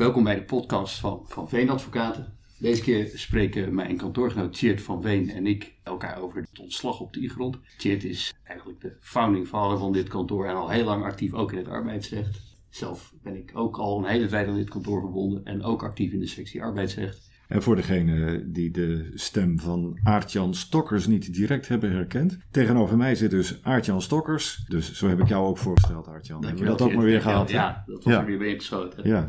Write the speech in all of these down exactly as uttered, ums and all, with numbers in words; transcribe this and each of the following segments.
Welkom bij de podcast van Van Veen Advocaten. Deze keer spreken mijn kantoorgenoot Tjeerd van Veen en ik elkaar over het ontslag op de I-grond. Tjeerd is eigenlijk de founding father van dit kantoor en al heel lang actief ook in het arbeidsrecht. Zelf ben ik ook al een hele tijd aan dit kantoor verbonden en ook actief in de sectie arbeidsrecht. En voor degene die de stem van Aart-Jan Stokkers niet direct hebben herkend. Tegenover mij zit dus Aart-Jan Stokkers. Dus zo heb ik jou ook voorgesteld, Aart-Jan. Hebben we dat ook maar weer gehaald? Ja, dat was ja. er weer bij geschoten. Ja.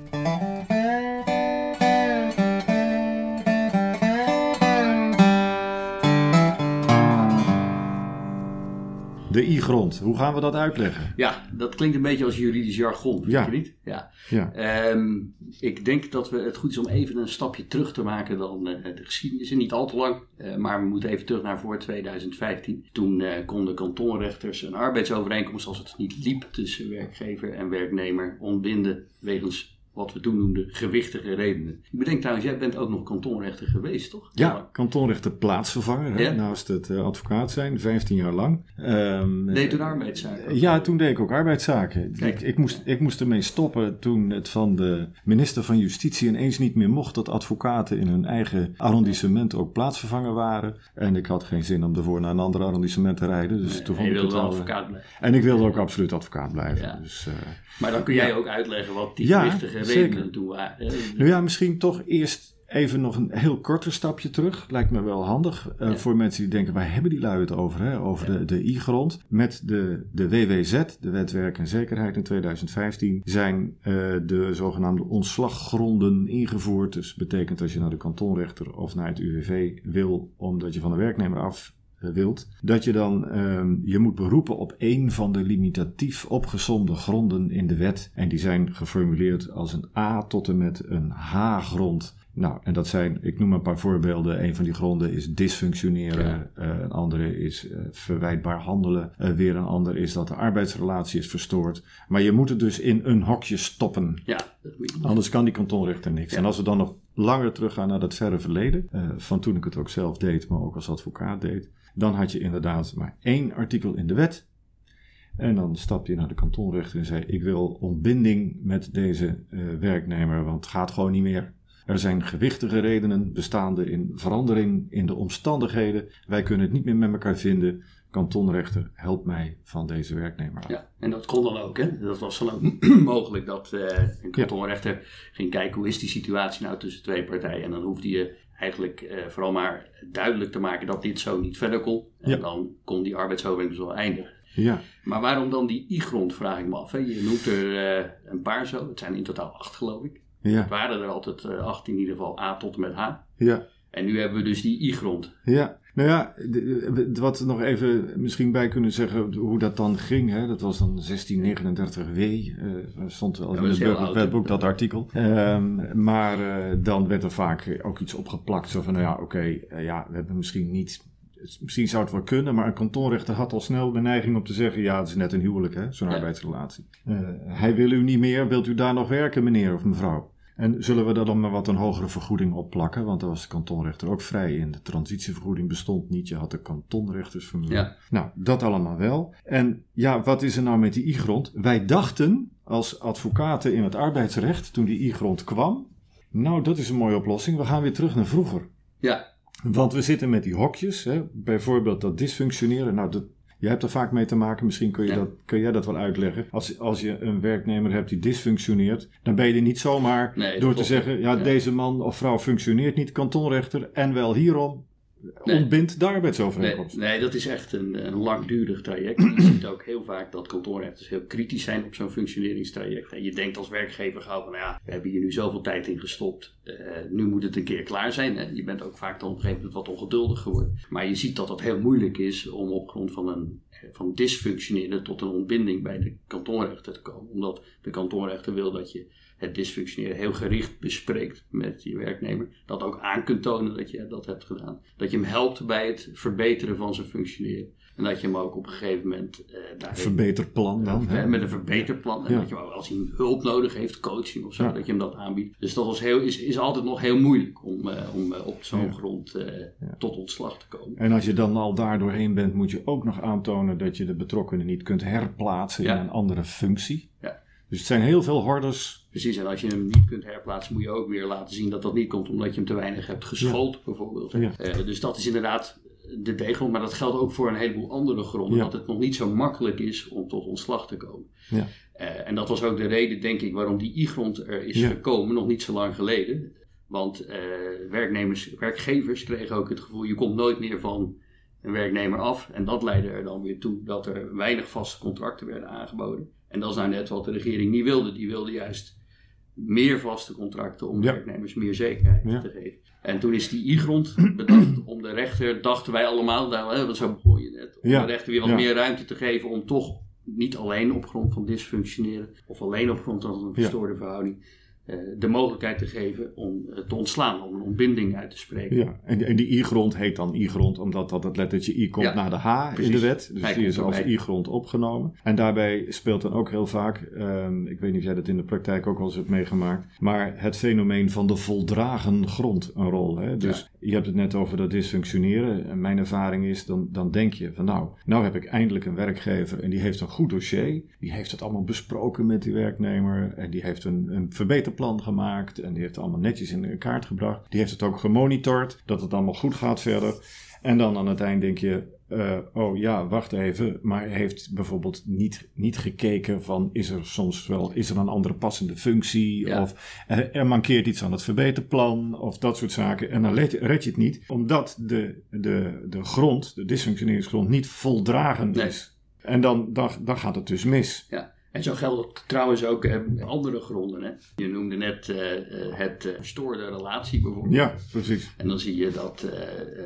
De I-grond, hoe gaan we dat uitleggen? Ja, dat klinkt een beetje als juridisch jargon, vind ja. je niet? Ja. ja. Um, ik denk dat we het goed is om even een stapje terug te maken dan uh, de geschiedenis. En niet al te lang, uh, maar we moeten even terug naar voor tweeduizend vijftien. Toen uh, konden kantonrechters een arbeidsovereenkomst, als het niet liep tussen werkgever en werknemer, ontbinden wegens wat we toen noemden gewichtige redenen. Ik bedenk trouwens, jij bent ook nog kantonrechter geweest, toch? Ja, kantonrechter plaatsvervanger, ja? hè, naast het uh, advocaat zijn, vijftien jaar lang. Um, deed je toen arbeidszaken? Ja, toen deed ik ook arbeidszaken. Ik, ik, moest, ik moest ermee stoppen toen het van de minister van Justitie ineens niet meer mocht dat advocaten in hun eigen arrondissement ook plaatsvervanger waren. En ik had geen zin om ervoor naar een ander arrondissement te rijden. Dus nee, toen en je wilde wel advocaat blijven. En ik wilde ook absoluut advocaat blijven. Ja. Dus, uh, maar dan kun jij ja. ook uitleggen wat die ja, gewichtige redenen zeker. toen waren. Nou ja, misschien toch eerst even nog een heel korter stapje terug. Lijkt me wel handig uh, ja. voor mensen die denken, waar hebben die lui het over? Hè? Over ja. de, de I-grond. Met de, de W W Z, de Wet Werk en Zekerheid in tweeduizend vijftien, zijn uh, de zogenaamde ontslaggronden ingevoerd. Dus betekent als je naar de kantonrechter of naar het U W V wil, omdat je van de werknemer af wilt, dat je dan um, je moet beroepen op één van de limitatief opgesomde gronden in de wet. En die zijn geformuleerd als een A tot en met een H-grond. Nou, en dat zijn, ik noem een paar voorbeelden. Een van die gronden is dysfunctioneren. Ja. Uh, een andere is uh, verwijtbaar handelen. Uh, weer een ander is dat de arbeidsrelatie is verstoord. Maar je moet het dus in een hokje stoppen. Ja, dat moet je niet. Anders kan die kantonrechter niks. Ja. En als we dan nog langer teruggaan naar dat verre verleden, uh, van toen ik het ook zelf deed, maar ook als advocaat deed, dan had je inderdaad maar één artikel in de wet. En dan stapte je naar de kantonrechter en zei, ik wil ontbinding met deze uh, werknemer, want het gaat gewoon niet meer. Er zijn gewichtige redenen bestaande in verandering in de omstandigheden. Wij kunnen het niet meer met elkaar vinden. Kantonrechter, help mij van deze werknemer af. Ja, en dat kon dan ook, hè? Dat was dan ook mogelijk dat uh, een kantonrechter ja. ging kijken hoe is die situatie nou tussen twee partijen. En dan hoefde je eigenlijk uh, vooral maar duidelijk te maken dat dit zo niet verder kon. En ja. dan kon die arbeidsovereenkomst wel eindigen. Ja. Maar waarom dan die I-grond, vraag ik me af. Hè? Je noemt er uh, een paar zo. Het zijn in totaal acht, geloof ik. Ja. Het waren er altijd uh, acht, in ieder geval A tot en met H. Ja. En nu hebben we dus die I-grond. Ja, nou ja, d- d- wat we nog even misschien bij kunnen zeggen hoe dat dan ging. Hè? Dat was dan zestien negenendertig W. Uh, stond wel ja, in het wetboek, wetboek dat artikel. Um, maar uh, dan werd er vaak ook iets opgeplakt. Zo van, nou ja, oké, okay, uh, ja, we hebben misschien niet... Misschien zou het wel kunnen, maar een kantonrechter had al snel de neiging om te zeggen, ja, het is net een huwelijk, hè, zo'n ja. arbeidsrelatie. Uh, hij wil u niet meer, wilt u daar nog werken, meneer of mevrouw? En zullen we daar dan maar wat een hogere vergoeding op plakken? Want daar was de kantonrechter ook vrij in. De transitievergoeding bestond niet. Je had de kantonrechtersformule. Ja. Nou, dat allemaal wel. En ja, wat is er nou met die I-grond? Wij dachten als advocaten in het arbeidsrecht, toen die I-grond kwam, nou, dat is een mooie oplossing. We gaan weer terug naar vroeger. Ja. Want we zitten met die hokjes. Hè? Bijvoorbeeld dat dysfunctioneren. Nou, dat... Je hebt er vaak mee te maken, misschien kun, je ja. dat, kun jij dat wel uitleggen. Als, als je een werknemer hebt die dysfunctioneert, dan ben je er niet zomaar nee, door te zeggen, ja, ja, deze man of vrouw functioneert niet, kantonrechter, en wel hierom nee. ontbindt de arbeidsovereenkomst. Nee, nee, dat is echt een, een langdurig traject. Je ziet ook heel vaak dat kantonrechters heel kritisch zijn op zo'n functioneringstraject. En je denkt als werkgever gauw van, nou ja, we hebben hier nu zoveel tijd in gestopt. Uh, nu moet het een keer klaar zijn. Hè? Je bent ook vaak dan op een gegeven moment wat ongeduldig geworden. Maar je ziet dat dat heel moeilijk is om op grond van een van dysfunctioneren tot een ontbinding bij de kantonrechter te komen. Omdat de kantonrechter wil dat je het dysfunctioneren heel gericht bespreekt met je werknemer. Dat ook aan kunt tonen dat je dat hebt gedaan. Dat je hem helpt bij het verbeteren van zijn functioneren. En dat je hem ook op een gegeven moment... Uh, daar verbeterplan dan. Met, met een verbeterplan. En ja. dat je ook als hij hulp nodig heeft, coaching of zo, ja. dat je hem dat aanbiedt. Dus dat was heel, is, is altijd nog heel moeilijk om, uh, om uh, op zo'n ja. grond uh, ja. tot ontslag te komen. En als je dan al daar doorheen bent, moet je ook nog aantonen dat je de betrokkenen niet kunt herplaatsen ja. in een andere functie. Ja. Dus het zijn heel veel hordes Precies, en als je hem niet kunt herplaatsen, moet je ook weer laten zien dat dat niet komt omdat je hem te weinig hebt geschoold, ja. bijvoorbeeld. Ja. Uh, dus dat is inderdaad de D-grond, maar dat geldt ook voor een heleboel andere gronden, ja. dat het nog niet zo makkelijk is om tot ontslag te komen. Ja. Uh, en dat was ook de reden, denk ik, waarom die I-grond er is ja. gekomen, nog niet zo lang geleden. Want uh, werknemers, werkgevers kregen ook het gevoel, je komt nooit meer van een werknemer af. En dat leidde er dan weer toe dat er weinig vaste contracten werden aangeboden. En dat is nou net wat de regering niet wilde. Die wilde juist meer vaste contracten om ja. werknemers meer zekerheid ja. te geven. En toen is die I-grond bedacht om de rechter, dachten wij allemaal, nou, zo begon je net, om ja. de rechter weer wat ja. meer ruimte te geven om toch niet alleen op grond van dysfunctioneren of alleen op grond van een verstoorde ja. verhouding uh, de mogelijkheid te geven om uh, te ontslaan, om een ontbinding uit te spreken. Ja, en, en die I-grond heet dan I-grond omdat dat het lettertje I komt ja, na de H precies. in de wet. Dus Hij die is als I-grond opgenomen. En daarbij speelt dan ook heel vaak, um, ik weet niet of jij dat in de praktijk ook wel eens hebt meegemaakt, maar het fenomeen van de voldragen grond een rol. Hè? Dus ja. je hebt het net over dat dysfunctioneren. En mijn ervaring is, dan, dan denk je van nou, nou heb ik eindelijk een werkgever en die heeft een goed dossier. Die heeft het allemaal besproken met die werknemer en die heeft een, een verbeterplan gemaakt en die heeft het allemaal netjes in kaart gebracht. Die heeft het ook gemonitord, dat het allemaal goed gaat verder. En dan aan het eind denk je, uh, oh ja, wacht even, maar hij heeft bijvoorbeeld niet, niet gekeken van, is er soms wel, is er een andere passende functie, ja. of uh, er mankeert iets aan het verbeterplan, of dat soort zaken. En dan red je, red je het niet, omdat de, de, de grond, de dysfunctioneringsgrond, niet voldragend nee. is. En dan, dan, dan gaat het dus mis. Ja. En zo geldt het trouwens ook eh, andere gronden. Hè? Je noemde net uh, het uh, verstoorde relatie bijvoorbeeld. Ja, precies. En dan zie je dat uh,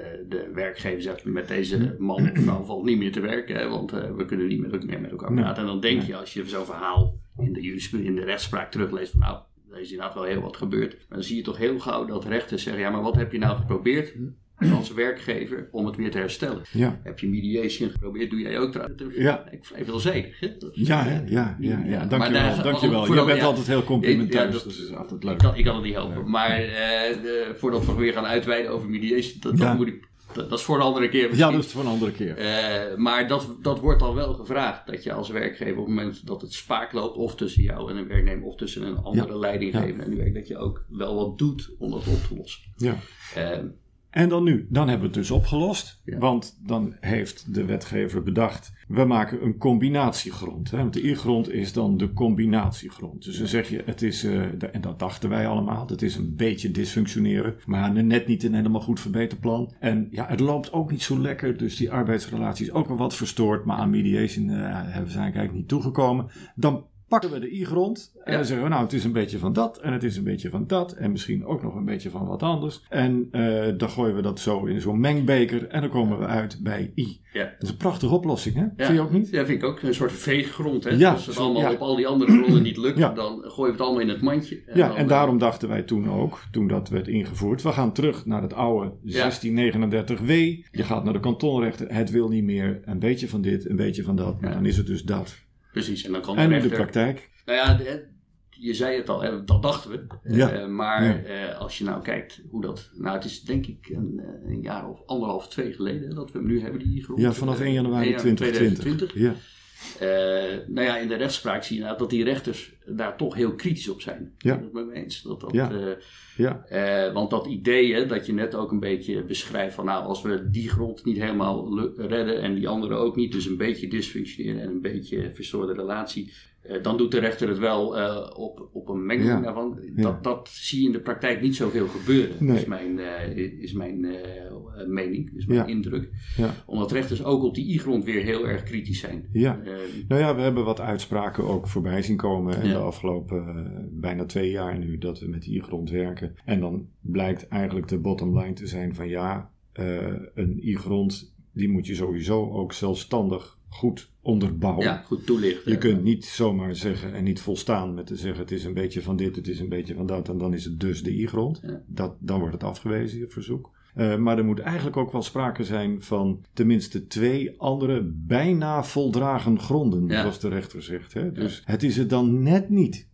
de werkgever zegt, met deze man of vrouw valt niet meer te werken, hè, want uh, we kunnen niet met, meer met elkaar praten. Nee. En dan denk je, als je zo'n verhaal in de, in de rechtspraak terugleest, van nou, er is inderdaad wel heel wat gebeurd. Maar dan zie je toch heel gauw dat rechters zeggen, ja, maar wat heb je nou geprobeerd als werkgever om het weer te herstellen? Ja. Heb je mediation geprobeerd? Doe jij ook trouwens? Ja. Ik blijf wel zeker. Hè? Ja, hè? ja, ja, ja. Dankjewel. Dankjewel. Je bent ja, altijd heel complimenteus, ja, dat is altijd leuk. Ik kan, ik kan het niet helpen. Ja. Maar uh, de, voordat we weer gaan uitweiden over mediation, dat, ja. dat moet ik... Dat, dat is voor een andere keer misschien. Ja, dat is voor een andere keer. Uh, maar dat, dat wordt dan wel gevraagd. Dat je als werkgever op het moment dat het spaak loopt, of tussen jou en een werknemer, of tussen een andere ja. leidinggever ja. en die werk, dat je ook wel wat doet om dat op te lossen. Ja. Uh, En dan nu, dan hebben we het dus opgelost. Ja. Want dan heeft de wetgever bedacht, we maken een combinatiegrond. Hè? Want de I-grond is dan de combinatiegrond. Dus dan zeg je, het is, uh, en dat dachten wij allemaal, het is een beetje dysfunctioneren. Maar net niet een helemaal goed verbeterplan. En ja, het loopt ook niet zo lekker. Dus die arbeidsrelatie is ook wel wat verstoord. Maar aan mediation uh, hebben we zijn eigenlijk niet toegekomen. Dan pakken we de I-grond en ja. dan zeggen we, nou, het is een beetje van dat en het is een beetje van dat en misschien ook nog een beetje van wat anders. En uh, dan gooien we dat zo in zo'n mengbeker en dan komen we uit bij I. Ja. Dat is een prachtige oplossing, hè? Ja. Vind je ook niet? Ja, vind ik ook. Een soort veeggrond, hè? Ja, als het allemaal ja. op al die andere gronden niet lukt, ja. dan gooien we het allemaal in het mandje. En ja, dan, en daarom dachten wij toen ook, toen dat werd ingevoerd, we gaan terug naar het oude zestien negenendertig W. Je gaat naar de kantonrechter, het wil niet meer een beetje van dit, een beetje van dat, maar ja. dan is het dus dat. Precies, en dan kan de en rechter... de praktijk. Nou ja, de, je zei het al, hè, dat dachten we. Ja. Uh, maar ja. uh, als je nou kijkt hoe dat... Nou, het is denk ik een, een jaar of anderhalf, twee geleden dat we hem nu hebben, die grond. Ja, vanaf één januari tweeduizend twintig. Ja. Uh, nou ja, in de rechtspraak zie je nou dat die rechters daar toch heel kritisch op zijn. Ja. Ik ben het met me eens. Dat dat, ja. Uh, ja. Uh, want dat idee hè, dat je net ook een beetje beschrijft van nou, als we die grond niet helemaal redden en die andere ook niet, dus een beetje dysfunctioneren en een beetje verstoorde relatie, uh, dan doet de rechter het wel uh, op, op een mengeling ja. daarvan. Ja. Dat, dat zie je in de praktijk niet zoveel gebeuren, nee. is mijn, uh, is mijn uh, mening, is mijn ja. indruk. Ja. Omdat rechters ook op die I-grond weer heel erg kritisch zijn. Ja. Uh, nou ja, we hebben wat uitspraken ook voorbij zien komen in ja. de afgelopen uh, bijna twee jaar nu dat we met die I-grond werken. En dan blijkt eigenlijk de bottom line te zijn van ja, uh, een I-grond die moet je sowieso ook zelfstandig goed onderbouwen. Ja, goed toelichten. Je kunt niet zomaar zeggen en niet volstaan met te zeggen het is een beetje van dit, het is een beetje van dat en dan is het dus de I-grond. Ja. Dat, dan wordt het afgewezen, je verzoek. Uh, maar er moet eigenlijk ook wel sprake zijn van tenminste twee andere bijna voldragen gronden, ja. zoals de rechter zegt. Hè? Dus ja. het is het dan net niet.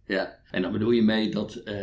Ja, en dan bedoel je mee dat uh,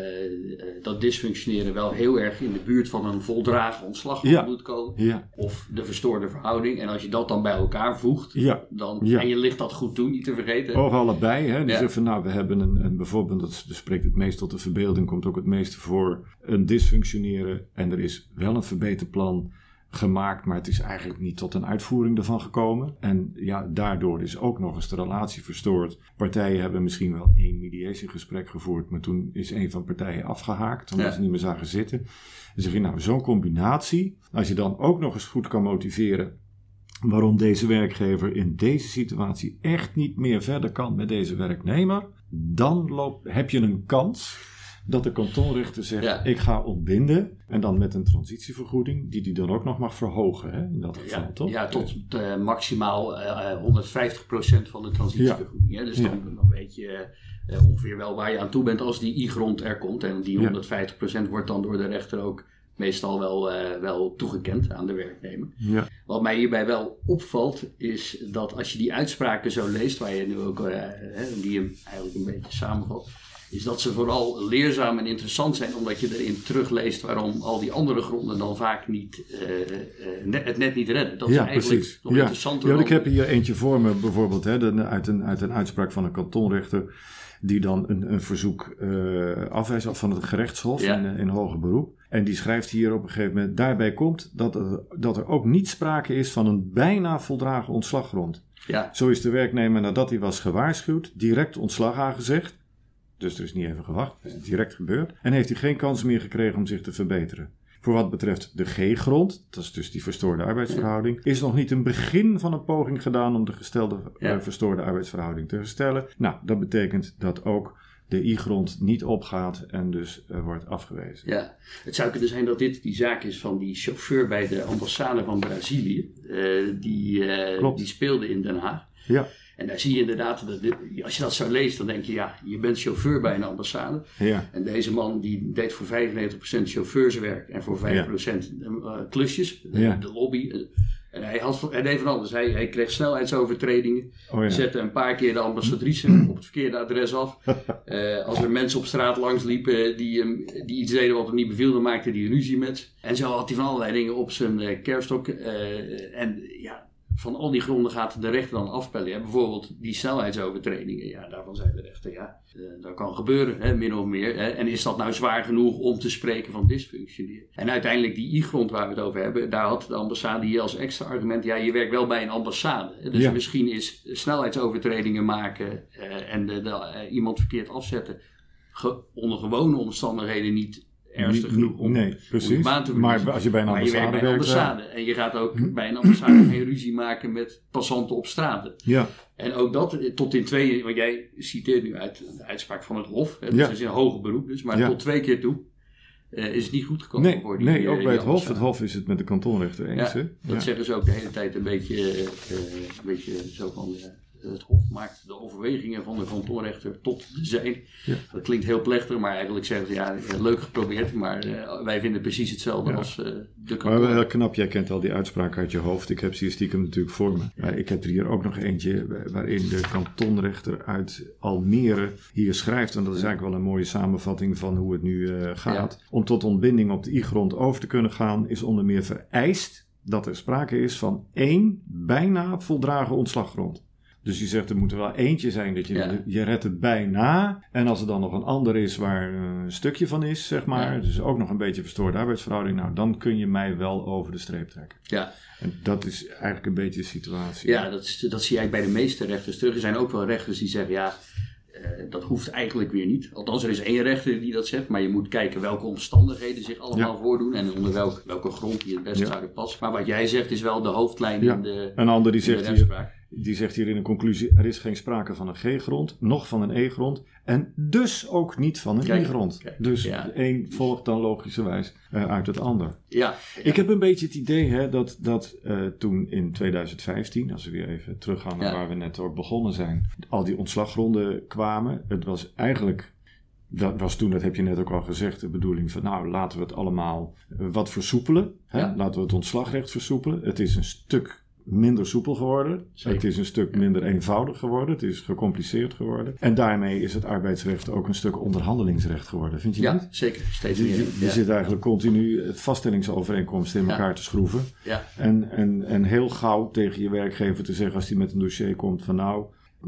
dat dysfunctioneren wel heel erg in de buurt van een voldragen ontslag ja. moet komen. Ja. Of de verstoorde verhouding. En als je dat dan bij elkaar voegt, ja. dan, ja. en je ligt dat goed toe, niet te vergeten. Of allebei. Hè? Dus ja. even, nou, we hebben een, een bijvoorbeeld, dat spreekt het meest tot de verbeelding, komt ook het meeste voor, een dysfunctioneren. En er is wel een verbeterplan gemaakt, maar het is eigenlijk niet tot een uitvoering ervan gekomen. En ja, daardoor is ook nog eens de relatie verstoord. Partijen hebben misschien wel één mediatiegesprek gevoerd, maar toen is een van de partijen afgehaakt, omdat ja. ze niet meer zagen zitten. Dan zeg je, nou, zo'n combinatie, als je dan ook nog eens goed kan motiveren waarom deze werkgever in deze situatie echt niet meer verder kan met deze werknemer, dan loop, heb je een kans dat de kantonrechter zegt, ja. ik ga ontbinden. En dan met een transitievergoeding, die die dan ook nog mag verhogen, hè, in dat geval, ja, toch? Ja, tot uh, maximaal uh, honderdvijftig procent van de transitievergoeding. Ja. Hè? Dus ja. dan, dan weet je uh, ongeveer wel waar je aan toe bent als die I-grond er komt. En die honderdvijftig procent wordt dan door de rechter ook meestal wel, uh, wel toegekend aan de werknemer. Ja. Wat mij hierbij wel opvalt, is dat als je die uitspraken zo leest, waar je nu ook, uh, hè, die je eigenlijk een beetje samenvat, is dat ze vooral leerzaam en interessant zijn, omdat je erin terugleest waarom al die andere gronden dan vaak niet, uh, uh, net, het net niet redden. Dat ja, is eigenlijk precies. nog ja. interessanter. Ja, dan... ik heb hier eentje voor me bijvoorbeeld, hè, de, uit, een, uit een uitspraak van een kantonrechter, die dan een, een verzoek uh, afwijst van het gerechtshof ja. in, in hoger beroep. En die schrijft hier op een gegeven moment, daarbij komt dat er, dat er ook niet sprake is van een bijna voldragen ontslaggrond. Ja. Zo is de werknemer nadat hij was gewaarschuwd direct ontslag aangezegd. Dus er is niet even gewacht, het is direct gebeurd. En heeft hij geen kans meer gekregen om zich te verbeteren. Voor wat betreft de G-grond, dat is dus die verstoorde arbeidsverhouding, is nog niet een begin van een poging gedaan om de gestelde ja. uh, verstoorde arbeidsverhouding te herstellen. Nou, dat betekent dat ook de I-grond niet opgaat en dus uh, wordt afgewezen. Ja, het zou kunnen zijn dat dit die zaak is van die chauffeur bij de ambassade van Brazilië. Uh, die, uh, die speelde in Den Haag. Ja. En daar zie je inderdaad, als je dat zo leest, dan denk je, ja, je bent chauffeur bij een ambassade. Ja. En deze man die deed voor vijfennegentig procent chauffeurswerk en voor vijf procent uh, klusjes, ja. de lobby. En hij, had, hij deed van alles. Hij, hij kreeg snelheidsovertredingen, oh ja. zette een paar keer de ambassadrice op het verkeerde adres af. Uh, als er mensen op straat langs liepen die, um, die iets deden wat hem niet beviel, dan maakte hij ruzie met. En zo had hij van allerlei dingen op zijn uh, kerststok. Uh, en ja... Van al die gronden gaat de rechter dan afpellen. Ja, bijvoorbeeld die snelheidsovertredingen. Ja, daarvan zei de rechter, ja, uh, dat kan gebeuren, hè, min of meer. Hè. En is dat nou zwaar genoeg om te spreken van dysfunctioneren? En uiteindelijk die I-grond waar we het over hebben, daar had de ambassade hier als extra argument, ja, je werkt wel bij een ambassade. Hè. Dus ja. misschien is snelheidsovertredingen maken uh, en de, de, uh, iemand verkeerd afzetten ge, onder gewone omstandigheden niet ernstig niet, genoeg om, nee, precies. om je baan te verliezen. Maar als je bij een ambassade, maar je werkt bij een ambassade. En je gaat ook hm? bij een ambassade geen ruzie maken met passanten op straten. Ja. En ook dat tot in twee, want jij citeert nu uit de uitspraak van het Hof. Hè, dat ja. is in hoger beroep dus, maar ja. tot twee keer toe uh, is het niet goed gekomen nee, voor die Nee, ook uh, bij het ambassade. Hof. Het Hof is het met de kantonrechter eens. Ja, hè? dat ja. zeggen ze ook de hele tijd een beetje, uh, een beetje zo van... Uh, het Hof maakt de overwegingen van de kantonrechter tot de zijn. Ja. Dat klinkt heel plechtig, maar eigenlijk zeggen ze, ja, leuk geprobeerd, maar uh, wij vinden precies hetzelfde ja. als uh, de kanton. Maar heel knap, jij kent al die uitspraak uit je hoofd. Ik heb ze hier stiekem natuurlijk voor me. Ja. Ik heb er hier ook nog eentje waarin de kantonrechter uit Almere hier schrijft, en dat is eigenlijk wel een mooie samenvatting van hoe het nu uh, gaat. Ja. Om tot ontbinding op de I-grond over te kunnen gaan, is onder meer vereist dat er sprake is van één bijna voldragen ontslaggrond. Dus je zegt, er moet er wel eentje zijn dat je, ja. je redt het bijna. En als er dan nog een ander is waar een stukje van is, zeg maar. Ja. Dus ook nog een beetje verstoorde arbeidsverhouding. Nou, dan kun je mij wel over de streep trekken. Ja. En dat is eigenlijk een beetje de situatie. Ja, dat, is, dat zie je eigenlijk bij de meeste rechters terug. Er zijn ook wel rechters die zeggen, ja, uh, dat hoeft eigenlijk weer niet. Althans, er is één rechter die dat zegt. Maar je moet kijken welke omstandigheden zich allemaal ja. voordoen. En onder welke, welke grond die het best ja. zouden passen. Maar wat jij zegt is wel de hoofdlijn ja. in de Een ander die in zegt hier... Die zegt hier in een conclusie, er is geen sprake van een G-grond, nog van een E-grond en dus ook niet van een kijk, I-grond. Kijk, dus ja. de een volgt dan logischerwijs uh, uit het ander. Ja, ja. Ik heb een beetje het idee hè, dat, dat uh, toen in twintig vijftien, als we weer even teruggaan naar ja. waar we net ook begonnen zijn, al die ontslaggronden kwamen. Het was eigenlijk... Dat was toen, dat heb je net ook al gezegd, de bedoeling van nou laten we het allemaal uh, wat versoepelen. Hè? Ja. Laten we het ontslagrecht versoepelen. Het is een stuk minder soepel geworden. Zeker. Het is een stuk minder eenvoudig geworden. Het is gecompliceerd geworden. En daarmee is het arbeidsrecht ook een stuk onderhandelingsrecht geworden. Vind je ja, niet? Zeker. Steeds Je, meer. je, je ja. zit eigenlijk continu vaststellingsovereenkomsten in elkaar Ja. te schroeven. Ja. En, en, en heel gauw tegen je werkgever te zeggen als die met een dossier komt van nou,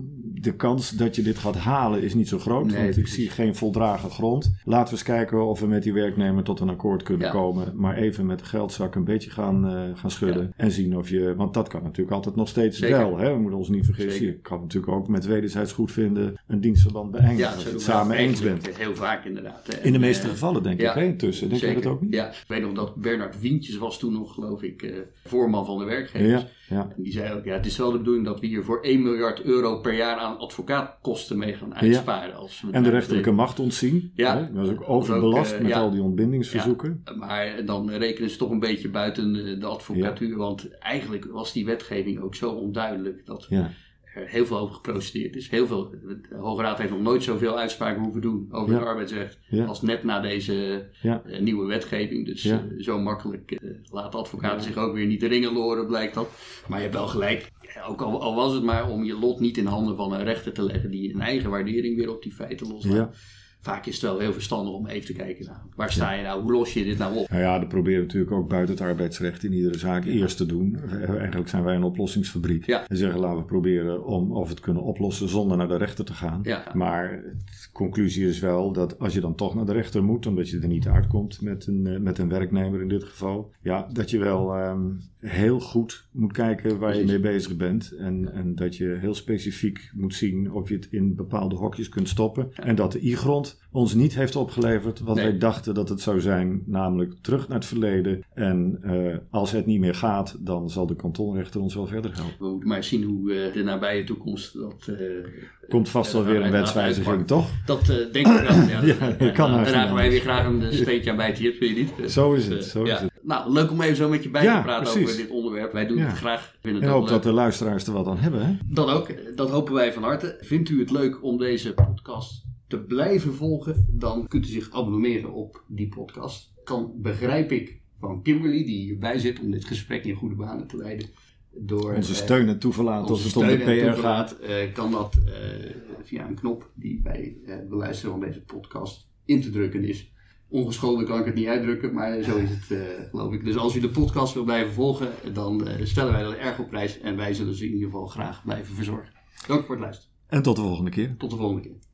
de kans dat je dit gaat halen is niet zo groot, Nee, want ik precies. zie geen voldragen grond. Laten we eens kijken of we met die werknemer tot een akkoord kunnen Ja. komen, maar even met de geldzak een beetje gaan, uh, gaan schudden Ja. en zien of je, want dat kan natuurlijk altijd nog steeds Zeker. wel, hè? We moeten ons niet vergissen. Zeker. Je kan natuurlijk ook met wederzijds goedvinden een dienstverband beëindigen Ja, als je zo het doen we samen dat eens eigenlijk bent. heel vaak inderdaad. En, In de meeste uh, gevallen denk ja, ik, hè, intussen. Denk jij zeker. dat ook niet? Ja, ik weet nog dat Bernard Wientjes was toen nog, geloof ik, uh, voorman van de werkgevers. Ja, ja. En die zei ook, ja, het is wel de bedoeling dat we hier voor één miljard euro per jaar aan advocaatkosten mee gaan uitsparen. Als we En de rechterlijke macht ontzien. Ja. Hè? Dat is ook Ook, overbelast uh, met ja. al die ontbindingsverzoeken. Ja, maar dan rekenen ze toch een beetje buiten de, de advocatuur. Ja. Want eigenlijk was die wetgeving ook zo onduidelijk dat Ja. er heel veel over geprocedeerd is. Heel veel, de Hoge Raad heeft nog nooit zoveel uitspraken hoeven doen over Ja. het arbeidsrecht Ja. als net na deze Ja. uh, nieuwe wetgeving. Dus Ja. uh, zo makkelijk uh, laten advocaten Ja. zich ook weer niet de ringen loren, blijkt dat. Maar je hebt wel gelijk. Ja, ook al, al was het maar om je lot niet in handen van een rechter te leggen die een eigen waardering weer op die feiten loslaat. Ja. Vaak is het wel heel verstandig om even te kijken, nou, waar sta je nou, hoe los je dit nou op? Nou ja, dat proberen we natuurlijk ook buiten het arbeidsrecht in iedere zaak eerst te doen. Eigenlijk zijn wij een oplossingsfabriek. Ja. En zeggen, laten we proberen om of het kunnen oplossen zonder naar de rechter te gaan. Ja. Maar de conclusie is wel dat als je dan toch naar de rechter moet, omdat je er niet uitkomt met een, met een werknemer in dit geval, ja, dat je wel um, heel goed moet kijken waar je mee bezig bent. En, en dat je heel specifiek moet zien of je het in bepaalde hokjes kunt stoppen. Ja. En dat de I-grond ons niet heeft opgeleverd wat Nee. wij dachten dat het zou zijn, namelijk terug naar het verleden. En uh, als het niet meer gaat, dan zal de kantonrechter ons wel verder helpen. We moeten maar eens zien hoe uh, de nabije toekomst dat... Uh, Komt vast wel weer een wetswijziging, toch? Dat uh, denk ik wel. Ja, Ja, dat kan Daar haast dragen niet wij weer anders. graag een steentje aan bij het hier, vind je niet? Zo is Dus, het, uh, zo is ja. het. Nou, leuk om even zo met je bij Ja, te praten precies. over dit onderwerp. Wij doen Ja. het graag. Ik vind het En ook hoop dat leuk. de luisteraars er wat aan hebben, hè? Dat ook. Dat hopen wij van harte. Vindt u het leuk om deze podcast te blijven volgen? Dan kunt u zich abonneren op die podcast. Kan, begrijp ik, van Kimberly, die hierbij zit om dit gesprek in goede banen te leiden. Door, Onze eh, steun en toeverlaat als het om de steun en P R gaat. toeverlaat, eh, kan dat eh, via een knop die bij eh, het beluisteren van deze podcast in te drukken is. Ongeschonden kan ik het niet uitdrukken, maar zo is het uh, geloof ik. Dus als u de podcast wil blijven volgen, dan uh, stellen wij dat erg op prijs. En wij zullen ze in ieder geval graag blijven verzorgen. Dank voor het luisteren. En tot de volgende keer. Tot de volgende keer.